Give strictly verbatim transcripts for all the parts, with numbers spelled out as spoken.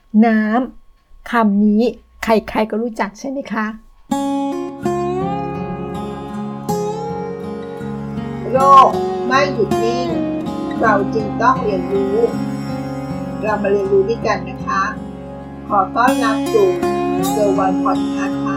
น้ำคำนี้ใครๆก็รู้จักใช่ไหมคะโลกไม่หยุดนิ่งเราจึงต้องเรียนรู้เรามาเรียนรู้ด้วยกันนะคะขอต้อนรับสู่เซอร์วันพอดคาสต์ค่ะ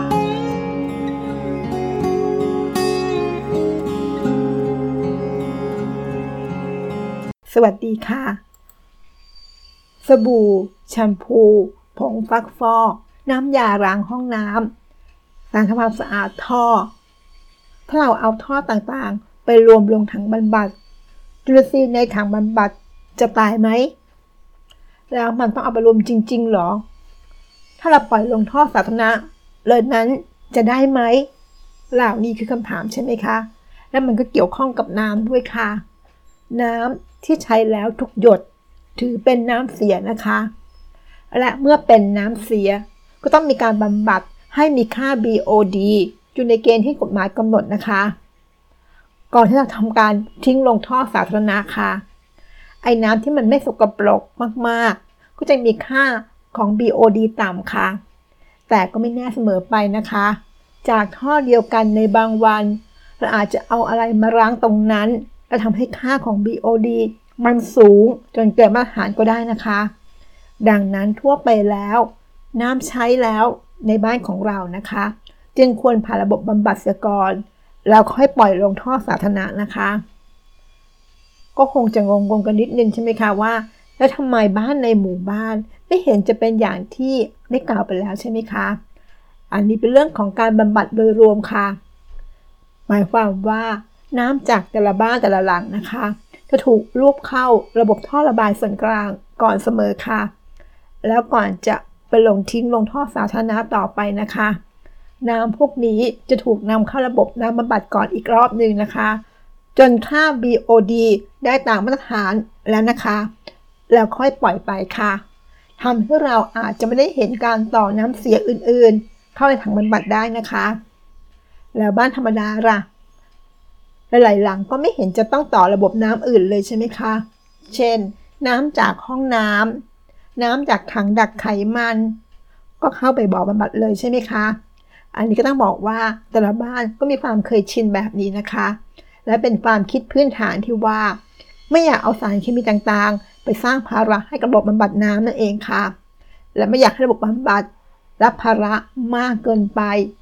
สวัสดีค่ะสบู่แชมพูผงซักฟอกน้ำยาล้างห้องน้ำสารทำความสะอาดท่อถ้าเราเอาท่อต่างๆไปรวมลงถังบรรบัดจุลินทรีย์ในถังบรรบัดจะตายไหมแล้วมันต้องเอาไปรวมจริงๆหรอถ้าเราปล่อยลงท่อสาธารณะเลยนั้นจะได้ไหมเหล่านี้คือคำถามใช่ไหมคะและมันก็เกี่ยวข้องกับน้ำด้วยค่ะน้ำที่ใช้แล้วทุกหยดถือเป็นน้ำเสียนะคะและเมื่อเป็นน้ำเสียก็ต้องมีการบำบัดให้มีค่า บี โอ ดี อยู่ในเกณฑ์ที่กฎหมายกำหนดนะคะก่อนที่จะทำการทิ้งลงท่อสาธารณะค่ะไอ้น้ำที่มันไม่สกปรกมากๆก็จะมีค่าของ บี โอ ดี ต่ำค่ะแต่ก็ไม่แน่เสมอไปนะคะจากท่อเดียวกันในบางวันเราอาจจะเอาอะไรมาล้างตรงนั้นและทำให้ค่าของ บี โอ ดี มันสูงจนเกินมาตรฐานก็ได้นะคะดังนั้นทั่วไปแล้วน้ำใช้แล้วในบ้านของเรานะคะจึงควรผ่านระบบบำบัดเสียก่อนแล้วค่อยปล่อยลงท่อสาธารณะนะคะก็คงจะงงๆกันนิดนึงใช่ไหมคะว่าแล้วทำไมบ้านในหมู่บ้านไม่เห็นจะเป็นอย่างที่ได้กล่าวไปแล้วใช่ไหมคะอันนี้เป็นเรื่องของการบำบัดโดยรวมค่ะหมายความว่าน้ำจากแต่ละบ้านแต่ละหลังนะคะจะถูกลูบเข้าระบบท่อระบายส่วนกลางก่อนเสมอค่ะแล้วก่อนจะไปลงทิ้งลงท่อสาธารณะต่อไปนะคะน้ำพวกนี้จะถูกนำเข้าระบบน้ำบำบัดก่อนอีกรอบหนึ่งนะคะจนค่า บี โอ ดี ได้ตามมาตรฐานแล้วนะคะแล้วค่อยปล่อยไปค่ะทำให้เราอาจจะไม่ได้เห็นการต่อน้ำเสียอื่นๆเข้าในถังบำบัดได้นะคะแล้วบ้านธรรมดาล่ะหลายๆหลังก็ไม่เห็นจะต้องต่อระบบน้ำอื่นเลยใช่ไหมคะเช่นน้ำจากห้องน้ำน้ำจากถังดักไขมันก็เข้าไปบ่อบำบัดเลยใช่ไหมคะอันนี้ก็ต้องบอกว่าแต่ละบ้านก็มีความเคยชินแบบนี้นะคะและเป็นความคิดพื้นฐานที่ว่าไม่อยากเอาสารเคมีต่างๆไปสร้างภาระให้กับระบบบำบัดน้ำนั่นเองค่ะและไม่อยากให้ระบบบำบัดรับภาระมากเกินไป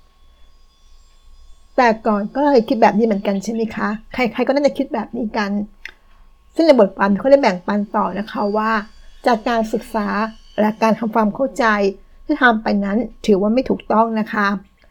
แต่ก่อนก็เลยคิดแบบนี้เหมือนกันใช่ไหมคะใครๆก็น่าจะคิดแบบนี้กันซึ่งในบทความเขาได้แบ่งปันต่อนะคะว่าจากการศึกษาและการทำความเข้าใจที่ทำไปนั้นถือว่าไม่ถูกต้องนะคะ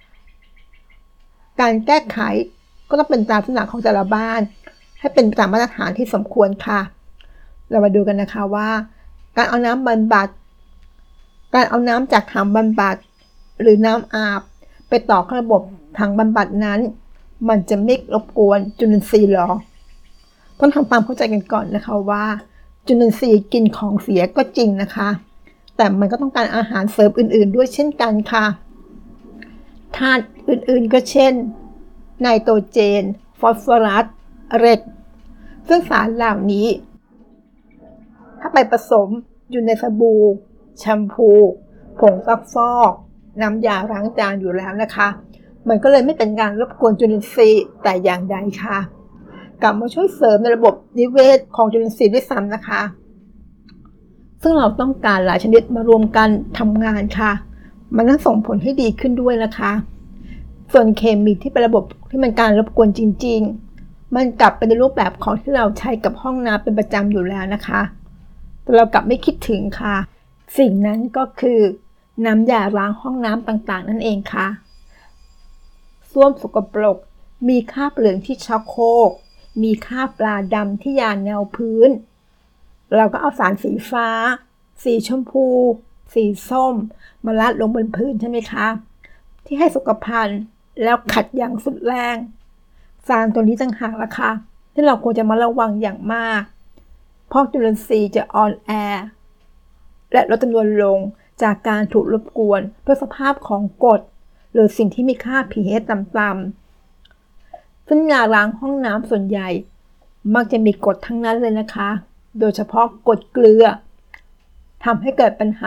การแก้ไขก็ต้องเป็นตามลักษณะของแต่ละบ้านให้เป็นตามมาตรฐานที่สมควรค่ะเรามาดูกันนะคะว่าการเอาน้ำบำบัดการเอาน้ำจากถังบำบัดหรือน้ำอาบไปต่อเข้าระบบถังบำบัดนั้นมันจะไม่รบกวนจุลินทรีย์หรอต้องทำความเข้าใจกันก่อนนะคะว่าจุลินทรีย์กินของเสียก็จริงนะคะแต่มันก็ต้องการอาหารเสริมอื่นๆด้วยเช่นกันค่ะธาตุอื่นๆก็เช่นไนโตรเจนฟอสฟอรัสเหล็กซึ่งสารเหล่านี้ถ้าไปผสมอยู่ในสบู่แชมพูผงซักฟอกน้ำยาล้างจานอยู่แล้วนะคะมันก็เลยไม่เป็นการรบกวนจุลินทรีย์แต่อย่างใดค่ะกลับมาช่วยเสริมในระบบนิเวศของจุลินทรีย์ด้วยซ้ำนะคะซึ่งเราต้องการหลายชนิดมารวมกันทำงานค่ะมันต้องส่งผลให้ดีขึ้นด้วยนะคะส่วนเคมีที่เป็นระบบที่มันการรบกวนจริงๆมันกลับเป็นในรูปแบบของที่เราใช้กับห้องน้ำเป็นประจำอยู่แล้วนะคะแต่เรากลับไม่คิดถึงค่ะสิ่งนั้นก็คือน้ำยาล้างห้องน้ำต่างๆนั่นเองค่ะส้วมสกปรกมีคราบเหลืองที่ชักโครกมีคราบปลาดำที่ยาแนวพื้นเราก็เอาสารสีฟ้าสีชมพูสีส้มมาราดลงบนพื้นใช่ไหมคะที่ให้สุขภัณฑ์แล้วขัดอย่างสุดแรงสารตัวนี้ต่างหากล่ะค่ะที่เราควรจะมาระวังอย่างมากเพราะจุลินทรีย์จะอ่อนแอและลดจำนวนลงจากการถูกรบกวนด้วยสภาพของกรดหรือสิ่งที่มีค่า pH ต่ำๆซึ่งยาล้างห้องน้ำส่วนใหญ่มักจะมีกรดทั้งนั้นเลยนะคะโดยเฉพาะกรดเกลือทำให้เกิดปัญหา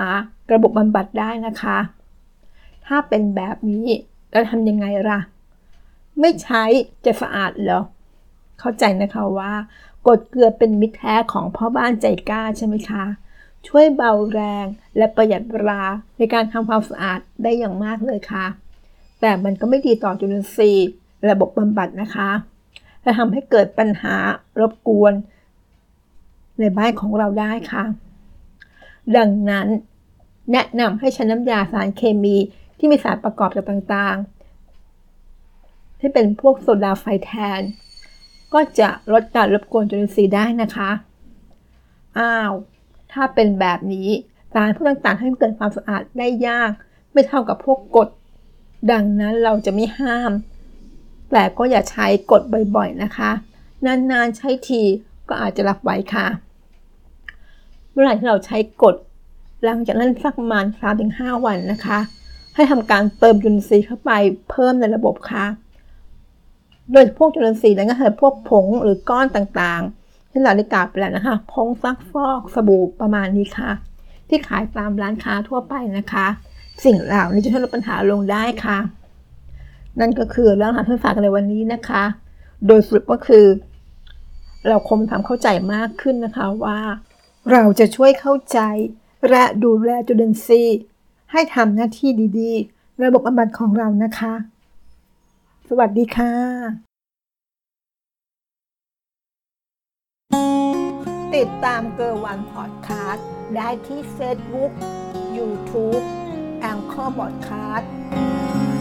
ระบบบำบัดได้นะคะถ้าเป็นแบบนี้แล้วทำยังไงล่ะไม่ใช้จะสะอาดเหรอเข้าใจนะคะว่ากรดเกลือเป็นมิตรแท้ของพ่อบ้านใจกล้าใช่ไหมคะช่วยเบาแรงและประหยัดเวลาในการทำความสะอาดได้อย่างมากเลยค่ะแต่มันก็ไม่ดีต่อจุลินทรีย์ระบบบำบัดนะคะและทำให้เกิดปัญหารบกวนในบ้านของเราได้ค่ะดังนั้นแนะนำให้ใช้น้ำยาสารเคมีที่มีสารประกอบต่างๆที่เป็นพวกโซดาไฟแทนก็จะลดการรบกวนจุลินทรีย์ได้นะคะอ้าวถ้าเป็นแบบนี้สารพวกต่างๆให้เกิดความสะอาดได้ยากไม่เท่ากับพวกกรดดังนั้นเราจะไม่ห้ามแต่ก็อย่าใช้กรดบ่อยๆนะคะนานๆใช้ทีก็อาจจะรับไหวค่ะเมื่อไหร่ที่เราใช้กรดหลังจากนั้นสักประมาณ สามถึงห้า วันนะคะให้ทำการเติมจุลินทรีย์เข้าไปเพิ่มในระบบค่ะโดยพวกจุลินทรีย์นั้นก็คือพวกผงหรือก้อนต่างๆที่เราได้กล่าวไปแล้วนะคะผงซักฟอกสบู่ประมาณนี้ค่ะที่ขายตามร้านค้าทั่วไปนะคะสิ่งเหล่านี้จะช่วยลดปัญหาลงได้ค่ะนั่นก็คือเรื่องราวที่ฝากกันในวันนี้นะคะโดยสรุปก็คือเราคงทำเข้าใจมากขึ้นนะคะว่าเราจะช่วยเข้าใจและดูแลจุลินทรีย์ให้ทำหน้าที่ดีๆระบบบำบัดของเรานะคะสวัสดีค่ะติดตามเกอร์วันพอดคาสต์ได้ที่ Facebook YouTube แองเกอร์พอดคาสต์